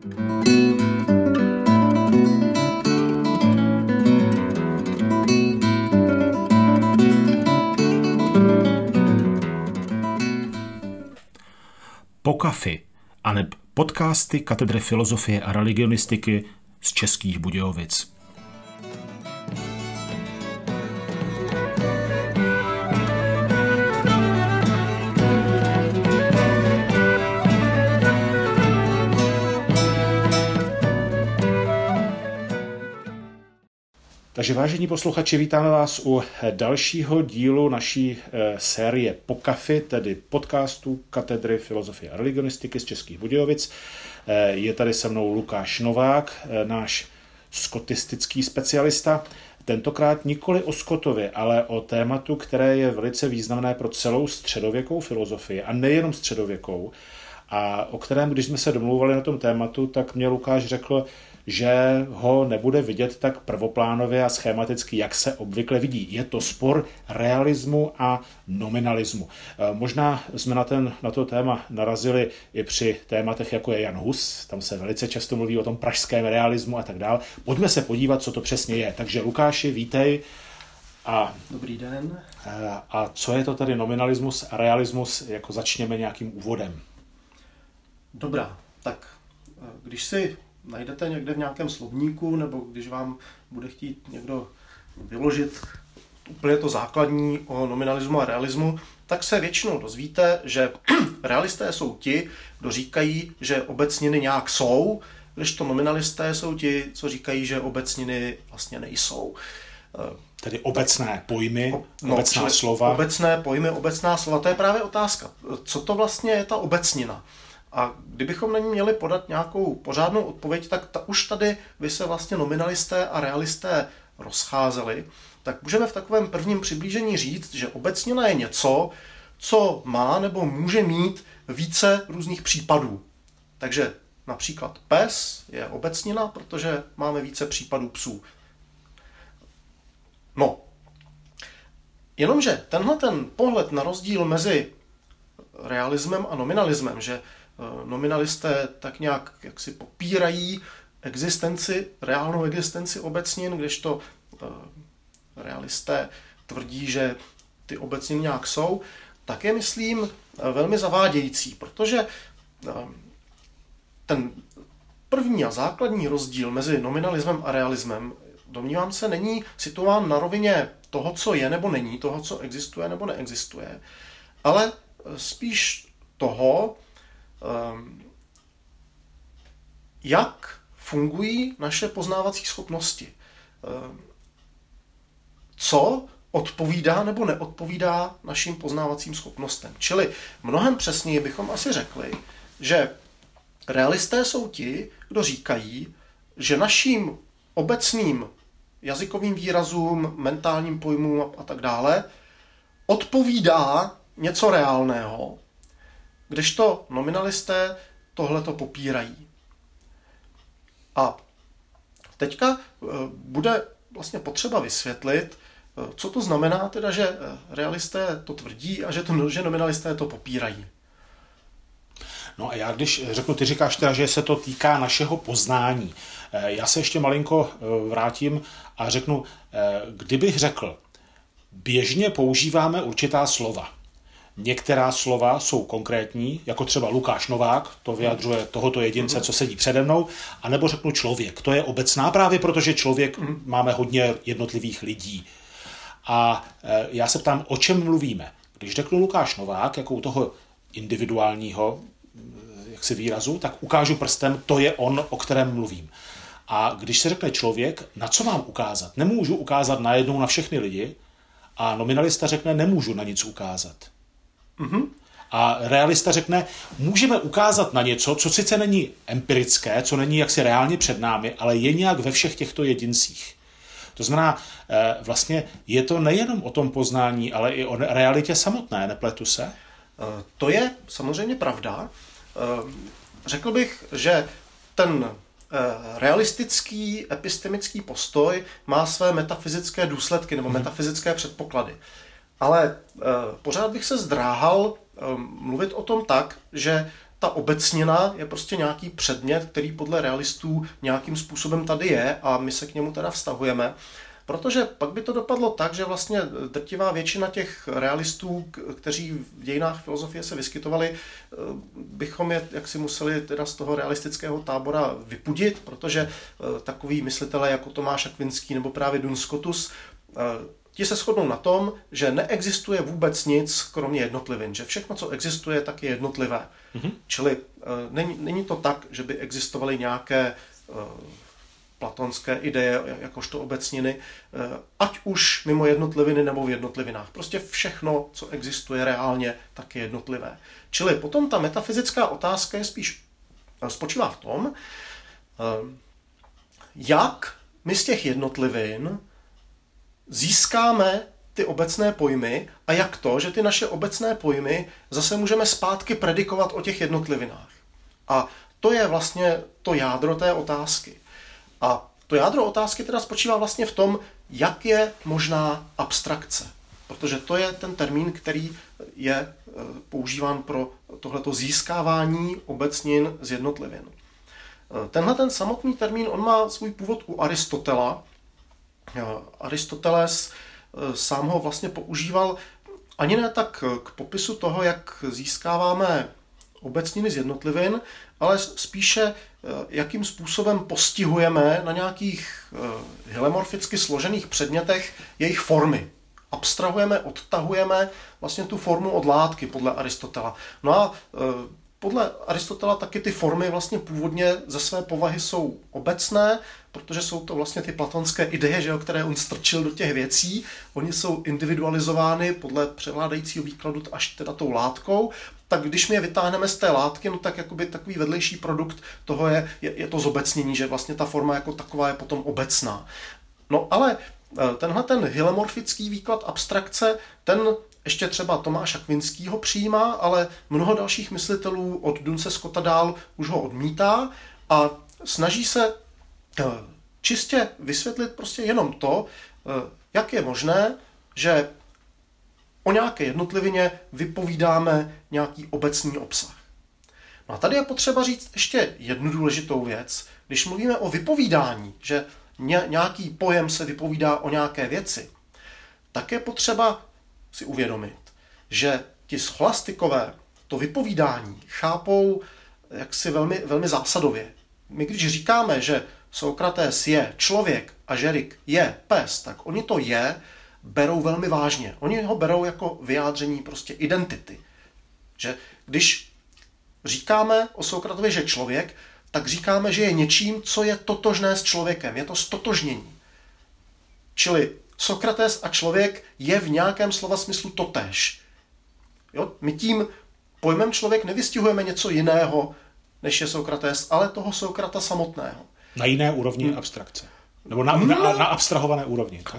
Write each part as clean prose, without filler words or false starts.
Pokafy, aneb podcasty Katedry filozofie a religionistiky z Českých Budějovic. Takže vážení posluchači, vítáme vás u dalšího dílu naší série Pokafy, tedy podcastů Katedry filozofie a religionistiky z Českých Budějovic. Je tady se mnou Lukáš Novák, náš skotistický specialista. Tentokrát nikoli o Skotově, ale o tématu, které je velice významné pro celou středověkou filozofii a nejenom středověkou. A o kterém, když jsme se domlouvali na tom tématu, tak mě Lukáš řekl, že ho nebude vidět tak prvoplánově a schematicky, jak se obvykle vidí. Je to spor realismu a nominalismu. Možná jsme na to téma narazili i při tématech, jako je Jan Hus. Tam se velice často mluví o tom pražském realismu a tak dál. Pojďme se podívat, co to přesně je. Takže Lukáši, vítej. Dobrý den. A co je to tady nominalismus a realismus? Jako začněme nějakým úvodem. Dobrá, tak když si najdete někde v nějakém slovníku, nebo když vám bude chtít někdo vyložit úplně to základní o nominalismu a realismu, tak se většinou dozvíte, že realisté jsou ti, kdo říkají, že obecniny nějak jsou, kdežto nominalisté jsou ti, co říkají, že obecniny vlastně nejsou. Tedy obecné pojmy, obecná slova. Obecné pojmy, obecná slova, to je právě otázka. Co to vlastně je ta obecnina? A kdybychom na ní měli podat nějakou pořádnou odpověď, tak už tady by se vlastně nominalisté a realisté rozcházeli, tak můžeme v takovém prvním přiblížení říct, že obecnina je něco, co má nebo může mít více různých případů. Takže například pes je obecnina, protože máme více případů psů. No, jenomže tenhle ten pohled na rozdíl mezi realismem a nominalismem, že nominalisté tak nějak jaksi popírají reálnou existenci obecnin, kdežto realisté tvrdí, že ty obecniny nějak jsou, tak je, myslím, velmi zavádějící, protože ten první a základní rozdíl mezi nominalismem a realismem, domnívám se, není situován na rovině toho, co je nebo není, toho, co existuje nebo neexistuje, ale spíš toho, jak fungují naše poznávací schopnosti. Co odpovídá nebo neodpovídá našim poznávacím schopnostem. Čili mnohem přesněji bychom asi řekli, že realisté jsou ti, kdo říkají, že našim obecným jazykovým výrazům, mentálním pojmům a tak dále odpovídá něco reálného, kdežto nominalisté tohleto popírají. A teďka bude vlastně potřeba vysvětlit, co to znamená teda, že realisté to tvrdí a že nominalisté to popírají. No a já když řeknu, ty říkáš teda, že se to týká našeho poznání. Já se ještě malinko vrátím a řeknu, kdybych řekl, běžně používáme určitá slova. Některá slova jsou konkrétní, jako třeba Lukáš Novák, to vyjadřuje tohoto jedince, co sedí přede mnou, anebo řeknu člověk. To je obecná právě, protože člověk máme hodně jednotlivých lidí. A já se ptám, o čem mluvíme. Když řeknu Lukáš Novák, jako u toho individuálního jaksi výrazu, tak ukážu prstem, to je on, o kterém mluvím. A když se řekne člověk, na co mám ukázat? Nemůžu ukázat najednou na všechny lidi a nominalista řekne, nemůžu na nic ukázat. A realista řekne, můžeme ukázat na něco, co sice není empirické, co není jaksi reálně před námi, ale je nějak ve všech těchto jedincích. To znamená, vlastně je to nejenom o tom poznání, ale i o realitě samotné, nepletu se? To je samozřejmě pravda. Řekl bych, že ten realistický epistemický postoj má své metafyzické důsledky nebo metafyzické předpoklady. Ale pořád bych se zdráhal mluvit o tom tak, že ta obecnina je prostě nějaký předmět, který podle realistů nějakým způsobem tady je a my se k němu teda vztahujeme. Protože pak by to dopadlo tak, že vlastně drtivá většina těch realistů, kteří v dějinách filozofie se vyskytovali, bychom je jaksi museli teda z toho realistického tábora vypudit, protože takový myslitelé jako Tomáš Akvinský nebo právě Duns Scotus, ti se shodnou na tom, že neexistuje vůbec nic, kromě jednotlivin, že všechno, co existuje, tak je jednotlivé. Čili není to tak, že by existovaly nějaké platonské ideje, jakožto obecniny, ať už mimo jednotliviny nebo v jednotlivinách. Prostě všechno, co existuje reálně, tak je jednotlivé. Čili potom ta metafyzická otázka je spíš spočívá v tom, jak my z těch jednotlivin získáme ty obecné pojmy a jak to, že ty naše obecné pojmy zase můžeme zpátky predikovat o těch jednotlivinách. A to je vlastně to jádro té otázky. A to jádro otázky teda spočívá vlastně v tom, jak je možná abstrakce. Protože to je ten termín, který je používán pro tohleto získávání obecnin z jednotlivin. Tenhle ten samotný termín, on má svůj původ u Aristotela. Aristoteles sám ho vlastně používal ani ne tak k popisu toho, jak získáváme obecniny z jednotlivin, ale spíše jakým způsobem postihujeme na nějakých hylomorficky složených předmětech jejich formy. Abstrahujeme, odtahujeme vlastně tu formu od látky podle Aristotela. No a podle Aristotela taky ty formy vlastně původně ze své povahy jsou obecné, protože jsou to vlastně ty platonské ideje, že jo, které on strčil do těch věcí. Oni jsou individualizovány podle převládajícího výkladu až teda tou látkou. Tak když my je vytáhneme z té látky, no tak jakoby takový vedlejší produkt toho je to zobecnění, že vlastně ta forma jako taková je potom obecná. No ale tenhle ten hylomorfický výklad abstrakce, ten ještě třeba Tomáš Akvinskýho přijímá, ale mnoho dalších myslitelů od Dunse Scotta dál už ho odmítá a snaží se čistě vysvětlit prostě jenom to, jak je možné, že o nějaké jednotlivině vypovídáme nějaký obecný obsah. No a tady je potřeba říct ještě jednu důležitou věc. Když mluvíme o vypovídání, že nějaký pojem se vypovídá o nějaké věci, tak je potřeba si uvědomit, že ti scholastikové to vypovídání chápou jaksi velmi, velmi zásadově. My když říkáme, že Sokrates je člověk a Žerik je pes, tak oni to berou velmi vážně. Oni ho berou jako vyjádření prostě identity. Že když říkáme o Sokratovi, že člověk, tak říkáme, že je něčím, co je totožné s člověkem. Je to stotožnění. Čili Sokrates a člověk je v nějakém slova smyslu totéž. Jo? My tím pojmem člověk nevystihujeme něco jiného, než je Sokrates, ale toho Sokrata samotného. Na jiné úrovni abstrakce. Nebo na abstrahované úrovni. Tak?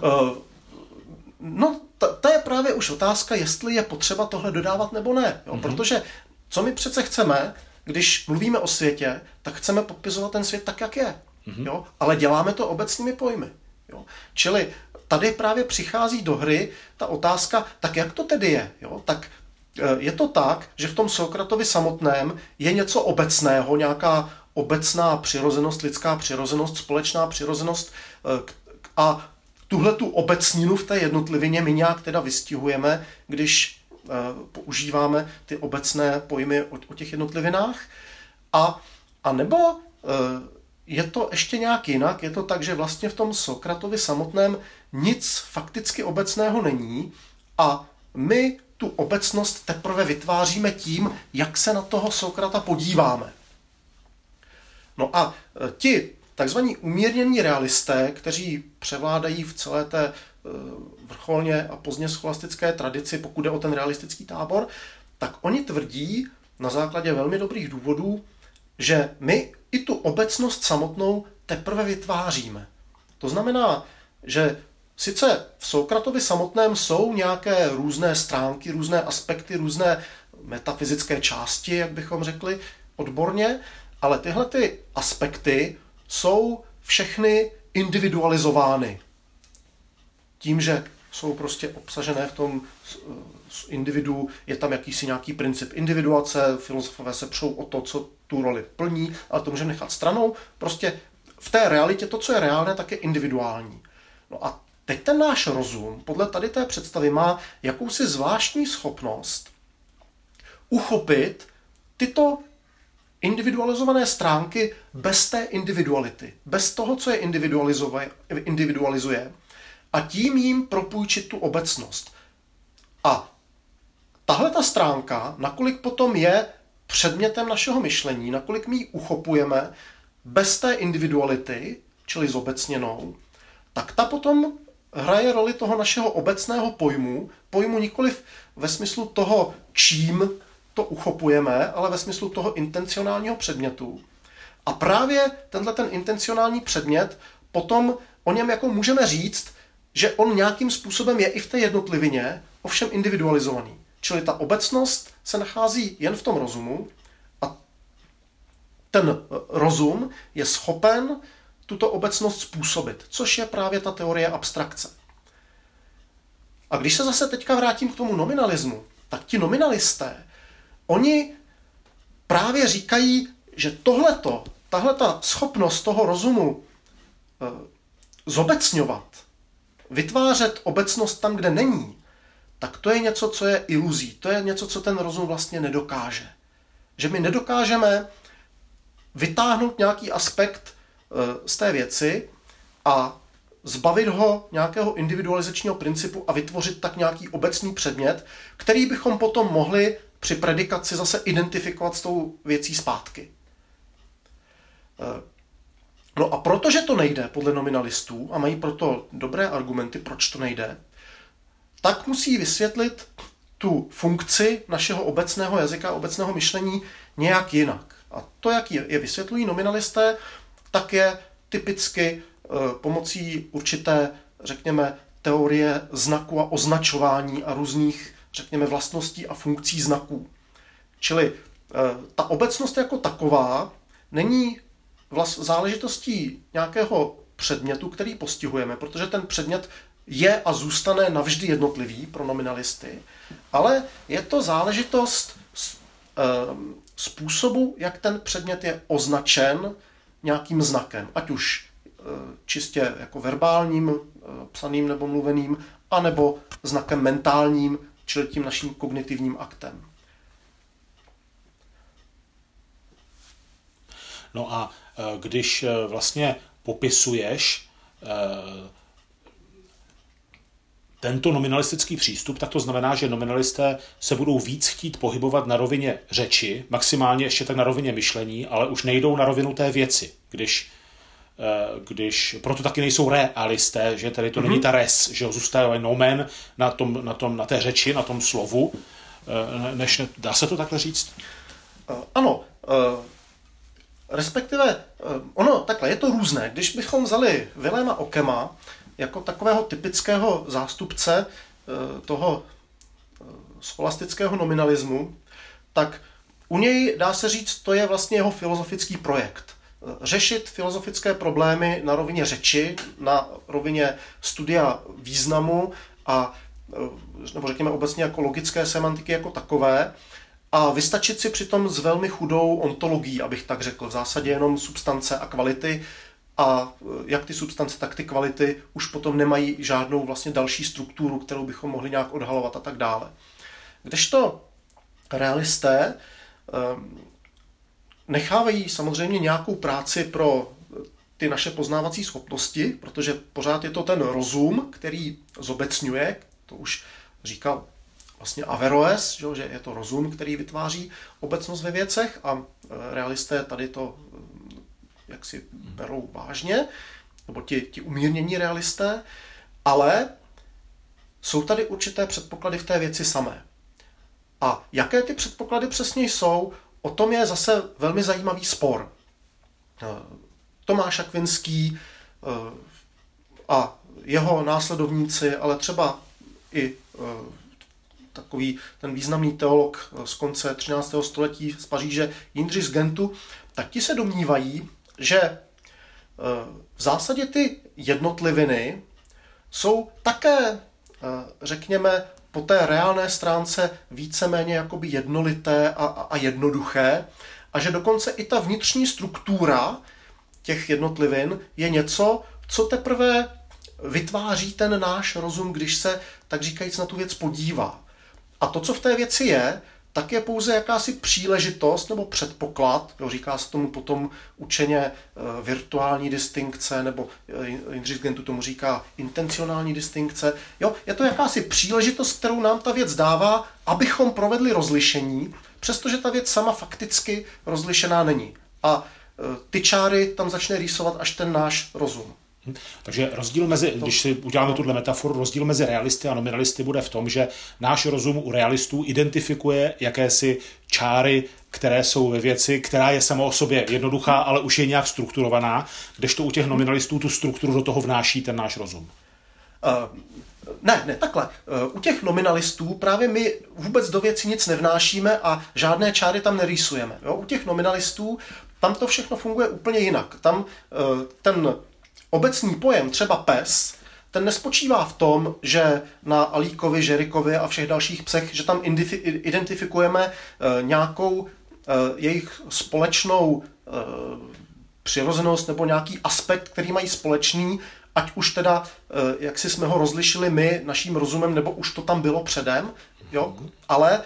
To je právě už otázka, jestli je potřeba tohle dodávat nebo ne. Jo? Protože co my přece chceme, když mluvíme o světě, tak chceme popisovat ten svět tak, jak je. Jo? Ale děláme to obecnými pojmy. Jo? Čili tady právě přichází do hry ta otázka, tak jak to tedy je? Jo? Tak je to tak, že v tom Sokratovi samotném je něco obecného, nějaká obecná přirozenost, lidská přirozenost, společná přirozenost a tuhletu obecninu v té jednotlivině my nějak teda vystihujeme, když používáme ty obecné pojmy o těch jednotlivinách. A nebo je to ještě nějak jinak, je to tak, že vlastně v tom Sokratovi samotném nic fakticky obecného není a my tu obecnost teprve vytváříme tím, jak se na toho Sokrata podíváme. No a ti takzvaní umírnění realisté, kteří převládají v celé té vrcholně a pozdně scholastické tradici, pokud jde o ten realistický tábor, tak oni tvrdí na základě velmi dobrých důvodů, že my i tu obecnost samotnou teprve vytváříme. To znamená, že sice v Sokratovi samotném jsou nějaké různé stránky, různé aspekty, různé metafyzické části, jak bychom řekli odborně, ale tyhle ty aspekty jsou všechny individualizovány. Tím, že jsou prostě obsažené v tom individu, je tam jakýsi nějaký princip individuace, filozofové se přou o to, co tu roli plní, ale to můžeme nechat stranou. Prostě v té realitě to, co je reálné, tak je individuální. No a teď ten náš rozum, podle tady té představy, má jakousi zvláštní schopnost uchopit tyto individualizované stránky bez té individuality, bez toho, co je individualizuje, a tím jim propůjčit tu obecnost. A tahle ta stránka, nakolik potom je předmětem našeho myšlení, nakolik my ji uchopujeme bez té individuality, čili zobecněnou, tak ta potom hraje roli toho našeho obecného pojmu nikoliv ve smyslu toho, čím to uchopujeme, ale ve smyslu toho intencionálního předmětu. A právě tenhle ten intencionální předmět, potom o něm jako můžeme říct, že on nějakým způsobem je i v té jednotlivině, ovšem individualizovaný. Čili ta obecnost se nachází jen v tom rozumu a ten rozum je schopen tuto obecnost způsobit, což je právě ta teorie abstrakce. A když se zase teďka vrátím k tomu nominalismu, tak ti nominalisté, oni právě říkají, že tahleta schopnost toho rozumu zobecňovat, vytvářet obecnost tam, kde není, tak to je něco, co je iluzí. To je něco, co ten rozum vlastně nedokáže. Že my nedokážeme vytáhnout nějaký aspekt z té věci a zbavit ho nějakého individualizačního principu a vytvořit tak nějaký obecný předmět, který bychom potom mohli při predikaci zase identifikovat s tou věcí zpátky. No a protože to nejde podle nominalistů a mají proto dobré argumenty, proč to nejde, tak musí vysvětlit tu funkci našeho obecného jazyka, obecného myšlení nějak jinak. A to, jak je vysvětlují nominalisté, tak je typicky pomocí určité, řekněme, teorie znaku a označování a různých, řekněme, vlastností a funkcí znaků. Čili ta obecnost jako taková není záležitostí nějakého předmětu, který postihujeme, protože ten předmět je a zůstane navždy jednotlivý pro nominalisty, ale je to záležitost způsobu, jak ten předmět je označen nějakým znakem, ať už čistě jako verbálním, psaným nebo mluveným, anebo znakem mentálním, čili tím naším kognitivním aktem. No a když vlastně popisuješ tento nominalistický přístup, tak to znamená, že nominalisté se budou víc chtít pohybovat na rovině řeči, maximálně ještě tak na rovině myšlení, ale už nejdou na rovinu té věci. Když proto taky nejsou realisté, že tady to není ta res, že zůstává nomen na té řeči, na tom slovu, dá se to takhle říct? Ano, respektive, takhle, je to různé. Když bychom vzali Wilhelma Ockama jako takového typického zástupce toho scholastického nominalismu, tak u něj, dá se říct, to je vlastně jeho filozofický projekt. Řešit filozofické problémy na rovině řeči, na rovině studia významu a, nebo řekněme obecně jako logické semantiky jako takové, a vystačit si přitom s velmi chudou ontologií, abych tak řekl, v zásadě jenom substance a kvality, a jak ty substance, tak ty kvality už potom nemají žádnou vlastně další strukturu, kterou bychom mohli nějak odhalovat a tak dále. Kdežto realisté nechávají samozřejmě nějakou práci pro ty naše poznávací schopnosti, protože pořád je to ten rozum, který zobecňuje, to už říkal vlastně Averroes, že je to rozum, který vytváří obecnost ve věcech, a realisté tady to jak si berou vážně, nebo ti umírnění realisté, ale jsou tady určité předpoklady v té věci samé. A jaké ty předpoklady přesně jsou, o tom je zase velmi zajímavý spor. Tomáš Akvinský a jeho následovníci, ale třeba i takový ten významný teolog z konce 13. století z Paříže Jindřich z Gentu, tak ti se domnívají, že v zásadě ty jednotliviny jsou také, řekněme, po té reálné stránce víceméně jakoby jednolité a jednoduché a že dokonce i ta vnitřní struktura těch jednotlivin je něco, co teprve vytváří ten náš rozum, když se, tak říkajíc, na tu věc podívá. A to, co v té věci je, tak je pouze jakási příležitost nebo předpoklad, říká se tomu potom učeně virtuální distinkce, nebo Jindřich z Gentu tomu říká intencionální distinkce. Jo, je to jakási příležitost, kterou nám ta věc dává, abychom provedli rozlišení, přestože ta věc sama fakticky rozlišená není. A ty čáry tam začne rýsovat až ten náš rozum. Takže rozdíl mezi, když si uděláme tuhle metaforu, rozdíl mezi realisty a nominalisty bude v tom, že náš rozum u realistů identifikuje jakési čáry, které jsou ve věci, která je sama o sobě jednoduchá, ale už je nějak strukturovaná, kdežto u těch nominalistů tu strukturu do toho vnáší ten náš rozum. Ne, takhle. U těch nominalistů právě my vůbec do věci nic nevnášíme a žádné čáry tam nerýsujeme. Jo? U těch nominalistů tam to všechno funguje úplně jinak. Tam ten obecný pojem, třeba pes, ten nespočívá v tom, že na Alíkovi, Žerikovi a všech dalších psech, že tam identifikujeme nějakou jejich společnou přirozenost nebo nějaký aspekt, který mají společný, ať už teda, jak si jsme ho rozlišili my naším rozumem, nebo už to tam bylo předem, jo? Ale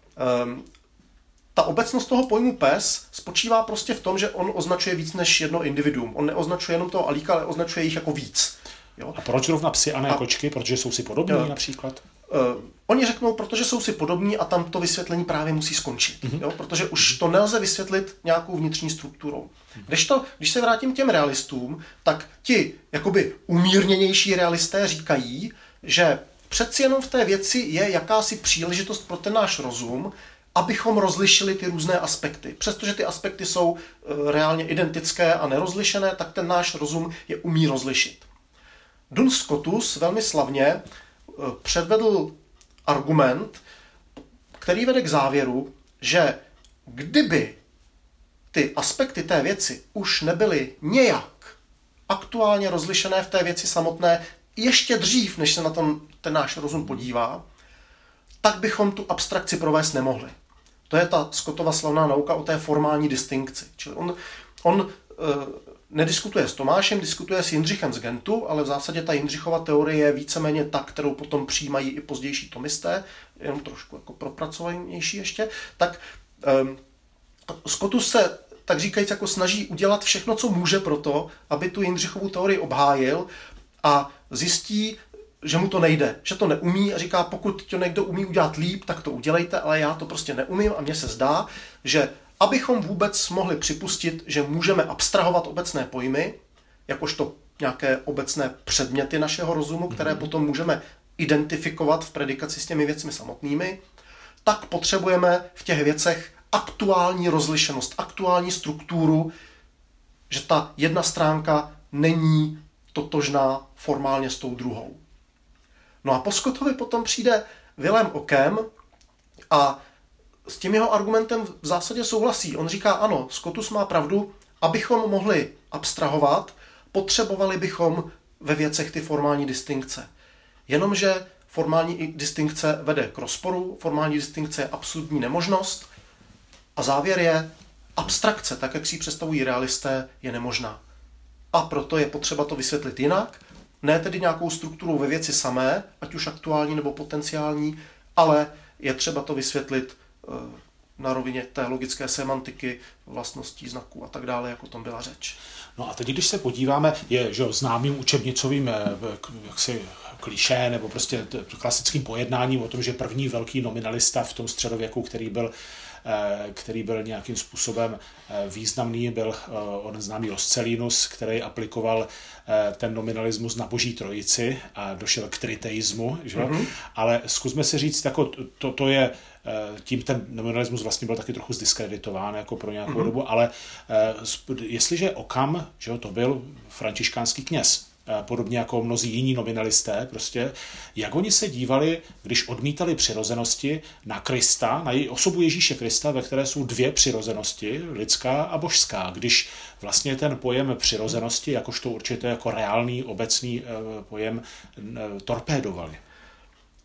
ta obecnost toho pojmu pes spočívá prostě v tom, že on označuje víc než jedno individuum. On neoznačuje jenom toho Alíka, ale označuje jich jako víc. Jo? A proč rovna psy a ne kočky? Protože jsou si podobní například? Oni řeknou, protože jsou si podobní a tam to vysvětlení právě musí skončit. Jo? Protože už to nelze vysvětlit nějakou vnitřní strukturou. Když se vrátím k těm realistům, tak ti jakoby umírněnější realisté říkají, že přeci jenom v té věci je jakási příležitost pro ten náš rozum, abychom rozlišili ty různé aspekty. Přestože ty aspekty jsou reálně identické a nerozlišené, tak ten náš rozum je umí rozlišit. Duns Scotus velmi slavně předvedl argument, který vede k závěru, že kdyby ty aspekty té věci už nebyly nějak aktuálně rozlišené v té věci samotné ještě dřív, než se na ten náš rozum podívá, tak bychom tu abstrakci provést nemohli. To je ta Scottova slavná nauka o té formální distinkci. Čili on nediskutuje s Tomášem, diskutuje s Jindřichem z Gentu, ale v zásadě ta Jindřichova teorie je víceméně ta, kterou potom přijímají i pozdější tomisté, jenom trošku jako propracovanější ještě. Tak Scotus se, tak říkajíc, jako snaží udělat všechno, co může pro to, aby tu Jindřichovu teorii obhájil a zjistí, že mu to nejde, že to neumí a říká, pokud to někdo umí udělat líp, tak to udělejte, ale já to prostě neumím a mně se zdá, že abychom vůbec mohli připustit, že můžeme abstrahovat obecné pojmy, jakožto nějaké obecné předměty našeho rozumu, které potom můžeme identifikovat v predikaci s těmi věcmi samotnými, tak potřebujeme v těch věcech aktuální rozlišenost, aktuální strukturu, že ta jedna stránka není totožná formálně s tou druhou. No a po Scottovi potom přijde Wilhelm Ockham a s tím jeho argumentem v zásadě souhlasí. On říká, ano, Scotus má pravdu, abychom mohli abstrahovat, potřebovali bychom ve věcech ty formální distinkce. Jenomže formální distinkce vede k rozporu, formální distinkce je absurdní nemožnost a závěr je, abstrakce, tak jak si ji představují realisté, je nemožná. A proto je potřeba to vysvětlit jinak, ne tedy nějakou strukturu ve věci samé, ať už aktuální nebo potenciální, ale je třeba to vysvětlit na rovině té logické semantiky, vlastností znaků a tak dále, jak o tom byla řeč. No a teď, když se podíváme, je že známým učebnicovým jaksi klišé nebo prostě klasickým pojednáním o tom, že první velký nominalista v tom středověku, který byl nějakým způsobem významný, byl on známý Roscellinus, který aplikoval ten nominalismus na Boží trojici a došel k triteismu. Že? Mm-hmm. Ale zkusme si říct, jako to je, tím ten nominalismus vlastně byl taky trochu zdiskreditován jako pro nějakou dobu, ale jestliže Occam, že to byl františkánský kněz, podobně jako mnozí jiní nominalisté, prostě, jak oni se dívali, když odmítali přirozenosti na Krista, na osobu Ježíše Krista, ve které jsou dvě přirozenosti, lidská a božská, když vlastně ten pojem přirozenosti, jakožto určitě jako reálný obecný pojem torpédovali.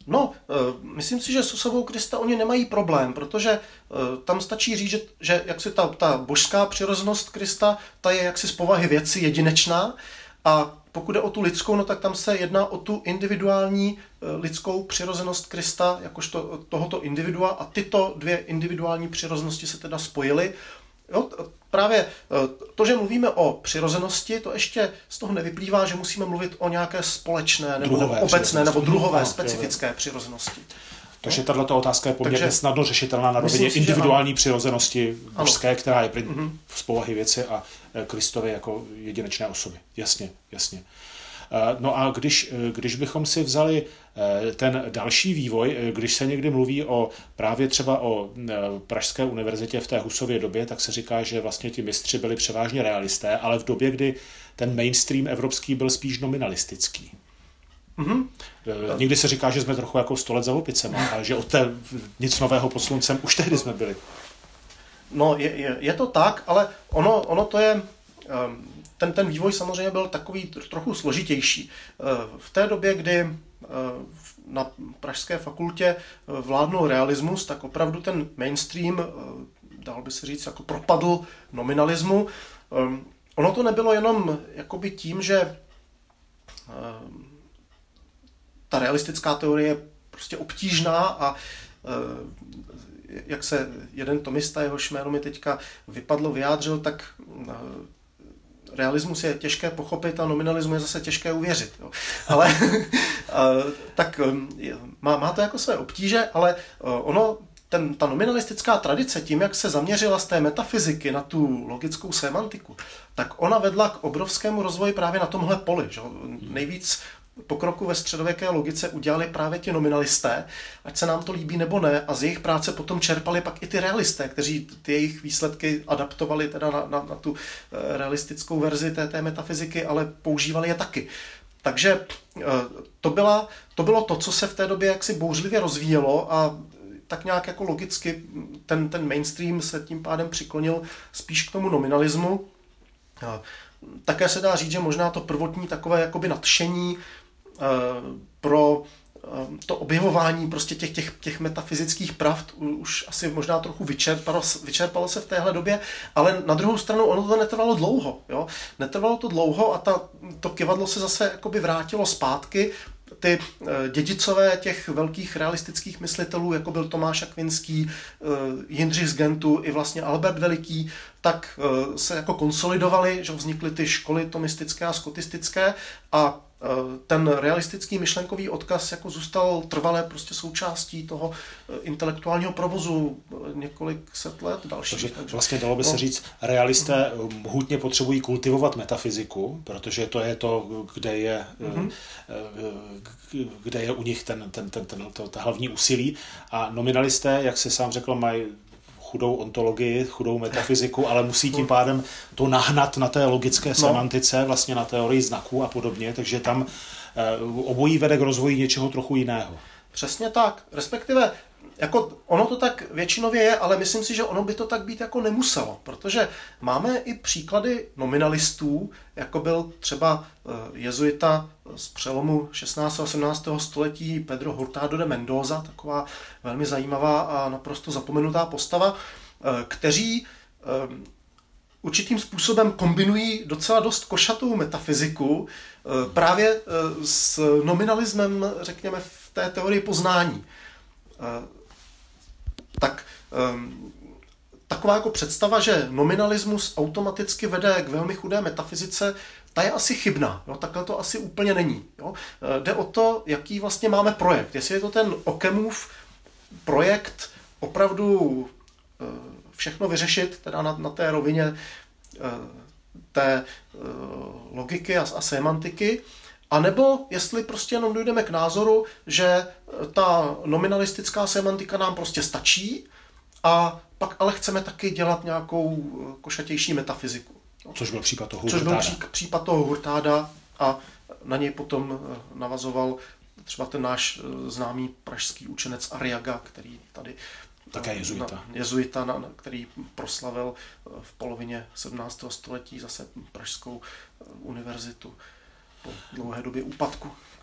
No, myslím si, že s osobou Krista oni nemají problém, protože tam stačí říct, že jaksi ta božská přirozenost Krista, ta je jaksi z povahy věci jedinečná a pokud jde o tu lidskou, no tak tam se jedná o tu individuální lidskou přirozenost Krista, jakožto tohoto individua a tyto dvě individuální přirozenosti se teda spojily. Jo, právě to, že mluvíme o přirozenosti, to ještě z toho nevyplývá, že musíme mluvit o nějaké společné nebo obecné nebo druhové specifické přirozenosti. Takže tato otázka je poměrně snadno řešitelná na rovině individuální přirozenosti božské, která je z povahy věci a Kristovy jako jedinečné osoby. Jasně. No a když bychom si vzali ten další vývoj, když se někdy mluví právě třeba o Pražské univerzitě v té Husově době, tak se říká, že vlastně ti mistři byli převážně realisté, ale v době, kdy ten mainstream evropský byl spíš nominalistický. Mm-hmm. Někdy se říká, že jsme trochu jako 100 let za opicema, a že od té nic nového pod sluncem už tehdy jsme byli. No, je to tak, ale ono to je... Ten vývoj samozřejmě byl takový trochu složitější. V té době, kdy na Pražské fakultě vládnul realismus, tak opravdu ten mainstream, dal by se říct, jako propadl nominalismu. Ono to nebylo jenom jakoby tím, že ta realistická teorie je prostě obtížná a jak se jeden tomista, jehož jméno mi teďka vypadlo, vyjádřil, tak realismus je těžké pochopit a nominalismu je zase těžké uvěřit. Jo. Ale tak má to jako své obtíže, ale ta nominalistická tradice, tím, jak se zaměřila z té metafyziky na tu logickou sémantiku, tak ona vedla k obrovskému rozvoji právě na tomhle poli. Že? Nejvíc pokroku ve středověké logice udělali právě ti nominalisté, ať se nám to líbí nebo ne, a z jejich práce potom čerpali pak i ty realisté, kteří ty jejich výsledky adaptovali teda na tu realistickou verzi té metafyziky, ale používali je taky. Takže to bylo to, co se v té době jaksi bouřlivě rozvíjelo a tak nějak jako logicky ten mainstream se tím pádem přiklonil spíš k tomu nominalismu. Také se dá říct, že možná to prvotní takové jakoby nadšení pro to objevování prostě těch metafyzických pravd už asi možná trochu vyčerpalo se v téhle době, ale na druhou stranu ono to netrvalo dlouho. Jo? Netrvalo to dlouho a to kyvadlo se zase jakoby vrátilo zpátky. Ty dědicové těch velkých realistických myslitelů, jako byl Tomáš Akvinský, Jindřich z Gentu i vlastně Albert Veliký, tak se jako konsolidovali, že vznikly ty školy tomistické a skotistické a ten realistický myšlenkový odkaz jako zůstal trvalé prostě součástí toho intelektuálního provozu několik set let dalších. Takže vlastně dalo by se říct, realisté hutně potřebují kultivovat metafyziku, protože to je to, kde je u nich ta hlavní úsilí, a nominalisté, jak se sám řekl, mají chudou ontologii, chudou metafyziku, ale musí tím pádem to nahnat na té logické semantice, vlastně na teorii znaků a podobně, takže tam obojí vede k rozvoji něčeho trochu jiného. Přesně tak, respektive jako ono to tak většinově je, ale myslím si, že ono by to tak být jako nemuselo, protože máme i příklady nominalistů, jako byl třeba jezuita z přelomu 16. a 17. století Pedro Hurtado de Mendoza, taková velmi zajímavá a naprosto zapomenutá postava, kteří určitým způsobem kombinují docela dost košatou metafyziku právě s nominalismem, řekněme, v té teorii poznání. Tak taková jako představa, že nominalismus automaticky vede k velmi chudé metafyzice, ta je asi chybná. Jo? Takhle to asi úplně není. Jo? Jde o to, jaký vlastně máme projekt. Jestli je to ten Ockhamův projekt opravdu všechno vyřešit teda na té rovině té logiky a sémantiky, a nebo jestli prostě jenom dojdeme k názoru, že ta nominalistická sémantika nám prostě stačí a pak ale chceme taky dělat nějakou košatější metafyziku. Což byl případ toho Hurtáda. Což byl případ toho Hurtáda a na něj potom navazoval třeba ten náš známý pražský učenec Arriaga, který tady také jezuita, který proslavil v polovině 17. století zase Pražskou univerzitu po dlouhé době úpadku.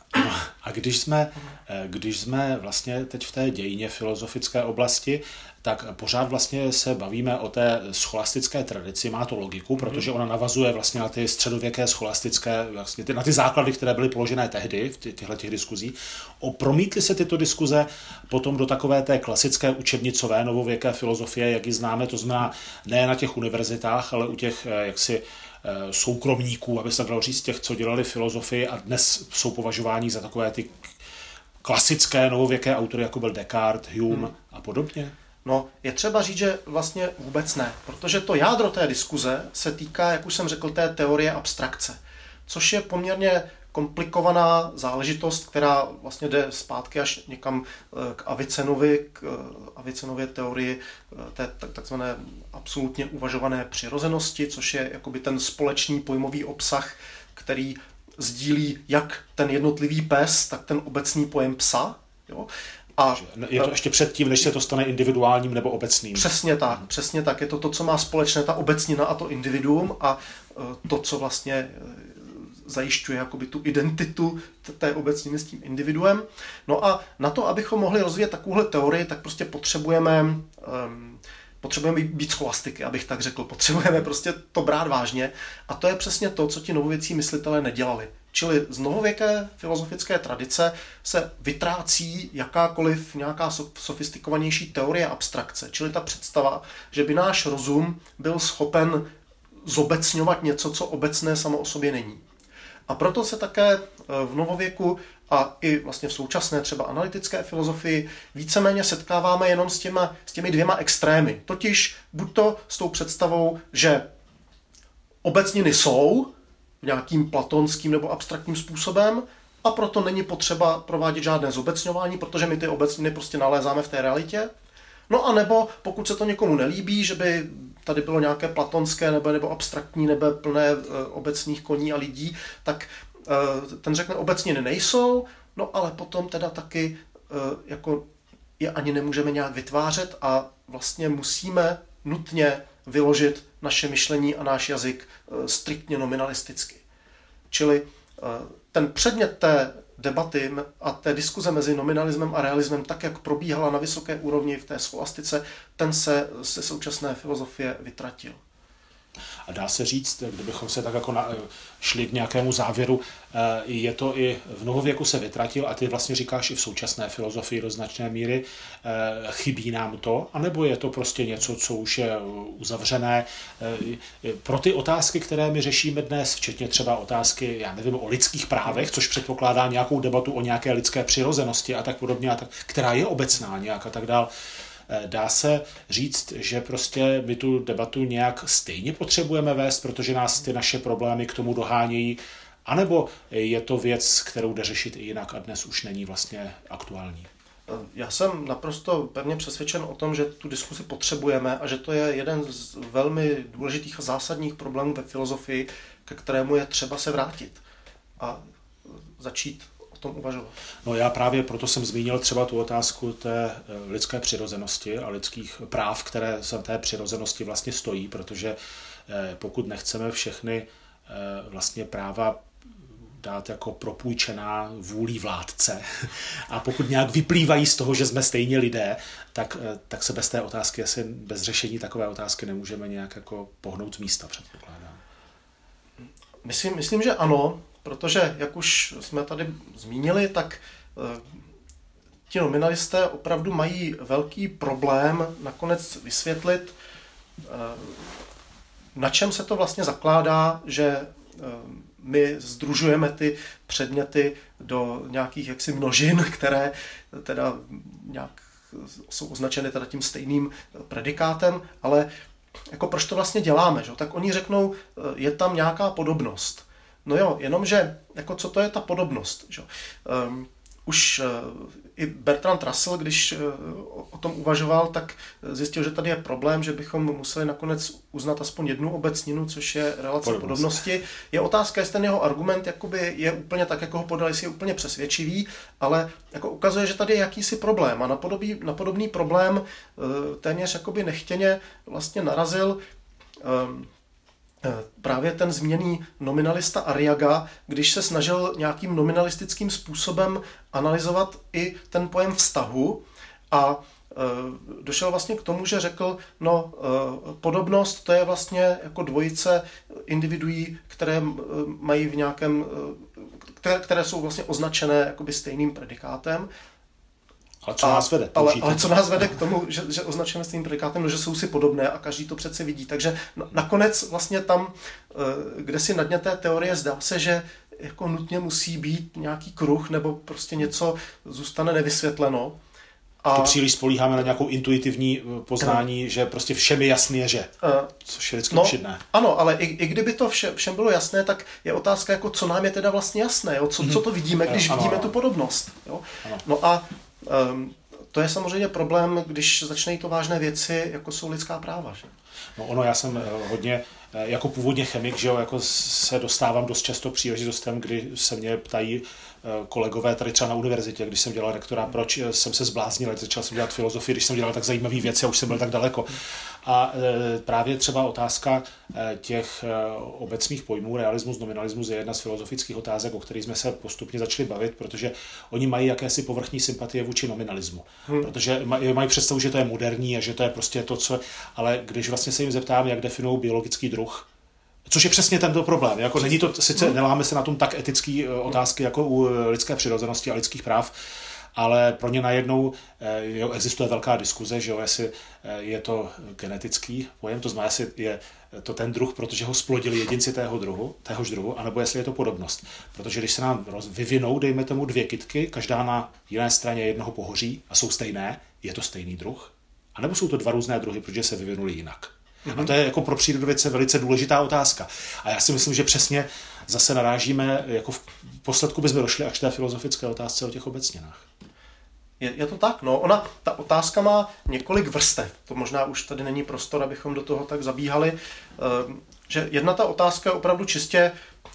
No, a když jsme vlastně teď v té dějině filozofické oblasti, tak pořád vlastně se bavíme o té scholastické tradici, má to logiku, protože ona navazuje vlastně na ty středověké scholastické, vlastně na ty základy, které byly položené tehdy v těchto diskuzích. Promítly se tyto diskuze potom do takové té klasické učebnicové novověké filozofie, jak ji známe, to znamená ne na těch univerzitách, ale u těch jaksi soukromníků, aby se dalo říct, těch, co dělali filozofii a dnes jsou považováni za takové ty klasické novověké autory, jako byl Descartes, Hume a podobně? No, je třeba říct, že vlastně vůbec ne, protože to jádro té diskuze se týká, jak už jsem řekl, té teorie abstrakce, což je poměrně komplikovaná záležitost, která vlastně jde zpátky až někam k Avicenově teorii té takzvané absolutně uvažované přirozenosti, což je jakoby ten společný pojmový obsah, který sdílí jak ten jednotlivý pes, tak ten obecný pojem psa. Jo? A je to ještě předtím, než se to stane individuálním nebo obecným. Přesně tak. Je to to, co má společné ta obecnina a to individuum a to, co vlastně zajišťuje jakoby tu identitu té obecniny s tím individuem. No a na to, abychom mohli rozvíjet takovouhle teorii, tak prostě potřebujeme být scholastiky, abych tak řekl. Potřebujeme prostě to brát vážně a to je přesně to, co ti novověcí myslitelé nedělali. Čili z novověké filozofické tradice se vytrácí jakákoliv nějaká sofistikovanější teorie abstrakce, čili ta představa, že by náš rozum byl schopen zobecňovat něco, co obecné samo o sobě není. A proto se také v novověku a i vlastně v současné třeba analytické filozofii víceméně setkáváme jenom s těmi dvěma extrémy. Totiž buď to s tou představou, že obecniny jsou nějakým platonským nebo abstraktním způsobem a proto není potřeba provádět žádné zobecňování, protože my ty obecniny prostě nalézáme v té realitě. No a nebo pokud se to někomu nelíbí, že by tady bylo nějaké platonské nebo abstraktní nebe plné obecných koní a lidí, tak ten řekne, obecniny nejsou, no ale potom teda taky jako je ani nemůžeme nějak vytvářet a vlastně musíme nutně vyložit naše myšlení a náš jazyk striktně nominalisticky. Čili ten předmět té debaty a té diskuze mezi nominalismem a realismem, tak jak probíhala na vysoké úrovni v té scholastice, ten se ze současné filozofie vytratil. A dá se říct, kdybychom se tak jako šli k nějakému závěru, je to i v novověku se vytratil a ty vlastně říkáš i v současné filozofii do značné míry, chybí nám to, anebo je to prostě něco, co už je uzavřené. Pro ty otázky, které my řešíme dnes, včetně třeba otázky, já nevím, o lidských právech, což předpokládá nějakou debatu o nějaké lidské přirozenosti a tak podobně, která je obecná nějak a tak dál. Dá se říct, že prostě my tu debatu nějak stejně potřebujeme vést, protože nás ty naše problémy k tomu dohánějí, anebo je to věc, kterou jde řešit i jinak a dnes už není vlastně aktuální? Já jsem naprosto pevně přesvědčen o tom, že tu diskusi potřebujeme a že to je jeden z velmi důležitých a zásadních problémů ve filozofii, ke kterému je třeba se vrátit a začít o tom uvažovat. No já právě proto jsem zmínil třeba tu otázku té lidské přirozenosti a lidských práv, které za té přirozenosti vlastně stojí, protože pokud nechceme všechny vlastně práva dát jako propůjčená vůlí vládce a pokud nějak vyplývají z toho, že jsme stejně lidé, tak se bez té otázky, asi bez řešení takové otázky nemůžeme nějak jako pohnout z místa, předpokládám. Myslím, že ano, protože, jak už jsme tady zmínili, tak ti nominalisté opravdu mají velký problém nakonec vysvětlit, na čem se to vlastně zakládá, že my sdružujeme ty předměty do nějakých jaksi množin, které teda nějak jsou označeny teda tím stejným predikátem, ale jako proč to vlastně děláme, že? Tak oni řeknou, je tam nějaká podobnost. No jo, jenomže jako co to je ta podobnost, že? Už i Bertrand Russell, když o tom uvažoval, tak zjistil, že tady je problém, že bychom museli nakonec uznat aspoň jednu obecninu, což je relace podobnosti. Je otázka, jestli ten jeho argument jakoby je úplně tak, jako ho podal, jestli je úplně přesvědčivý, ale jako ukazuje, že tady je jakýsi problém a na podobný problém téměř jakoby nechtěně vlastně narazil právě ten zmíněný nominalista Arriaga, když se snažil nějakým nominalistickým způsobem analyzovat i ten pojem vztahu a došel vlastně k tomu, že řekl, podobnost to je vlastně jako dvojice individuí, které mají v nějakém, které jsou vlastně označené jakoby stejným predikátem. Ale co nás vede? Ale co nás vede k tomu, že označujeme stejným predikátem, že jsou si podobné a každý to přece vidí. Takže nakonec vlastně tam, kde si na dně té teorie zdá se, že jako nutně musí být nějaký kruh nebo prostě něco zůstane nevysvětleno. To příliš spolíháme na nějakou intuitivní poznání, že prostě všem je jasné, že. Což je vždycky všedné. Ano, ale i kdyby to všem bylo jasné, tak je otázka, jako co nám je teda vlastně jasné, jo? Co to vidíme, když vidíme tu podobnost. Jo? No a to je samozřejmě problém, když začínají to vážné věci, jako jsou lidská práva. Že? No já jsem hodně, jako původně chemik, že jo, jako se dostávám dost často příležitostem, kdy se mě ptají kolegové tady třeba na univerzitě, když jsem dělal rektora, proč jsem se zbláznil, začal jsem dělat filozofii, když jsem dělal tak zajímavé věci a už jsem byl tak daleko. A právě třeba otázka těch obecných pojmů, realismus, nominalismus je jedna z filozofických otázek, o kterých jsme se postupně začali bavit, protože oni mají jakési povrchní sympatie vůči nominalismu. Protože mají představu, že to je moderní a že to je prostě to, co... Ale když vlastně se jim zeptám, jak definují biologický druh, což je přesně tento problém. Jako není to, sice neláme se na tom tak etické otázky jako u lidské přirozenosti a lidských práv, ale pro ně najednou existuje velká diskuze, že jestli je to genetický pojem, to znamená, jestli je to ten druh, protože ho splodili jedinci téhož druhu, anebo jestli je to podobnost. Protože když se nám vyvinou, dejme tomu 2 kytky, každá na jiné straně jednoho pohoří a jsou stejné, je to stejný druh? A nebo jsou to 2 různé druhy, protože se vyvinuli jinak? A to je jako pro přírodovědce velice důležitá otázka. A já si myslím, že přesně zase narážíme, jako v posledku bychom došli až k té filozofické otázce o těch obecninách. Je to tak, ta otázka má několik vrstev. To možná už tady není prostor, abychom do toho tak zabíhali. Že jedna ta otázka je opravdu čistě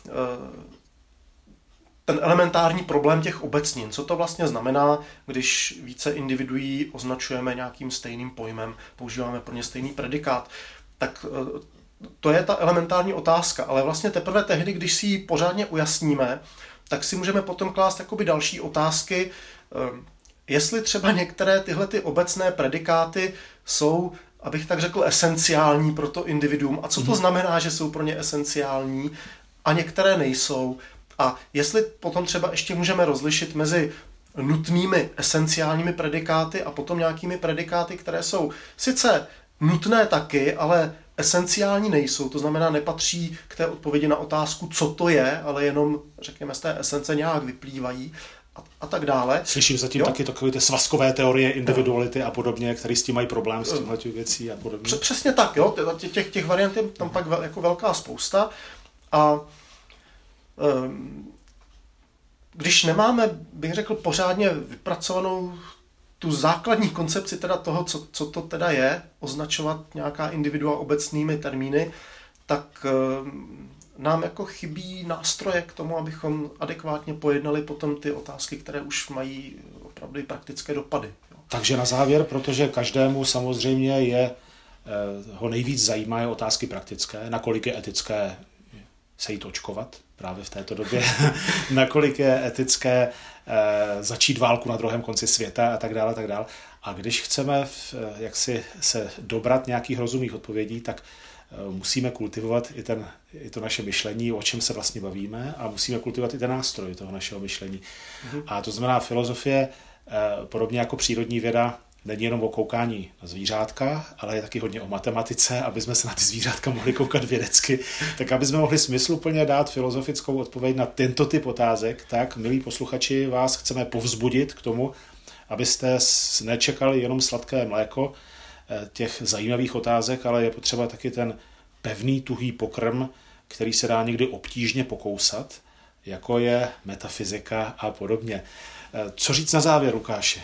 ten elementární problém těch obecnin. Co to vlastně znamená, když více individuí označujeme nějakým stejným pojmem, používáme pro ně stejný predikát. Tak to je ta elementární otázka, ale vlastně teprve tehdy, když si ji pořádně ujasníme, tak si můžeme potom klást jakoby další otázky, jestli třeba některé tyhle ty obecné predikáty jsou, abych tak řekl, esenciální pro to individuum. A co to znamená, že jsou pro ně esenciální a některé nejsou. A jestli potom třeba ještě můžeme rozlišit mezi nutnými esenciálními predikáty a potom nějakými predikáty, které jsou sice nutné taky, ale esenciální nejsou. To znamená, nepatří k té odpovědi na otázku, co to je, ale jenom, řekněme, z té esence nějak vyplývají a tak dále. Slyším zatím taky takové ty svazkové teorie individuality a podobně, které s tím mají problém s tímhle věcí a podobně. Přesně tak, jo. Těch variant je tam pak jako velká spousta. A když nemáme, bych řekl, pořádně vypracovanou tu základní koncepci teda toho, co to teda je, označovat nějaká individua obecnými termíny, tak nám jako chybí nástroje k tomu, abychom adekvátně pojednali potom ty otázky, které už mají opravdu i praktické dopady. Jo. Takže na závěr, protože každému samozřejmě ho nejvíc zajímají otázky praktické, nakolik je etické se jít očkovat právě v této době, nakolik je etické začít válku na druhém konci světa a tak dále, tak dále. A když chceme jaksi se dobrat nějakých rozumných odpovědí, tak musíme kultivovat i to naše myšlení, o čem se vlastně bavíme, a musíme kultivovat i ten nástroj toho našeho myšlení. A to znamená, filozofie, podobně jako přírodní věda, není jenom o koukání na zvířátka, ale je taky hodně o matematice, aby jsme se na ty zvířátka mohli koukat vědecky, tak aby jsme mohli smysluplně dát filozofickou odpověď na tento typ otázek, tak, milí posluchači, vás chceme povzbudit k tomu, abyste nečekali jenom sladké mléko těch zajímavých otázek, ale je potřeba taky ten pevný, tuhý pokrm, který se dá někdy obtížně pokousat, jako je metafyzika a podobně. Co říct na závěr, Lukáši?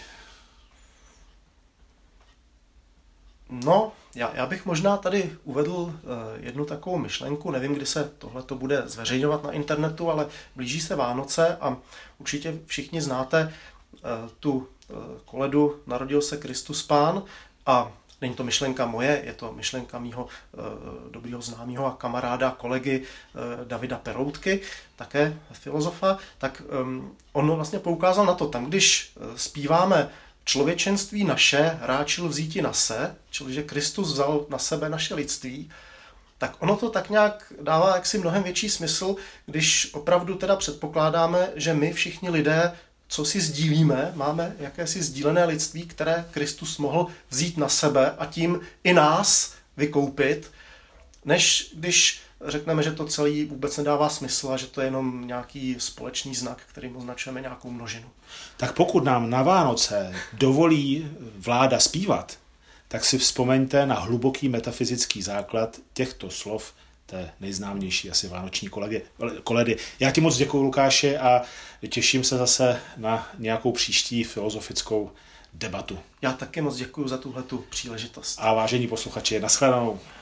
No, já bych možná tady uvedl jednu takovou myšlenku, nevím, kdy se tohleto bude zveřejňovat na internetu, ale blíží se Vánoce a určitě všichni znáte tu koledu Narodil se Kristus Pán a Není to myšlenka moje, je to myšlenka mýho dobrýho známého a kamaráda, kolegy Davida Peroutky, také filozofa, tak on vlastně poukázal na to, tam když zpíváme člověčenství naše, ráčil vzíti na se, čili že Kristus vzal na sebe naše lidství, tak ono to tak nějak dává jaksi mnohem větší smysl, když opravdu teda předpokládáme, že my všichni lidé, co si sdílíme, máme jakési sdílené lidství, které Kristus mohl vzít na sebe a tím i nás vykoupit, než když řekneme, že to celý vůbec nedává smysl a že to je jenom nějaký společný znak, kterým označujeme nějakou množinu. Tak pokud nám na Vánoce dovolí vláda zpívat, tak si vzpomeňte na hluboký metafyzický základ těchto slov té nejznámější asi vánoční koledy. Já ti moc děkuju, Lukáši, a těším se zase na nějakou příští filozofickou debatu. Já taky moc děkuju za tuhletu příležitost. A vážení posluchači, nashledanou.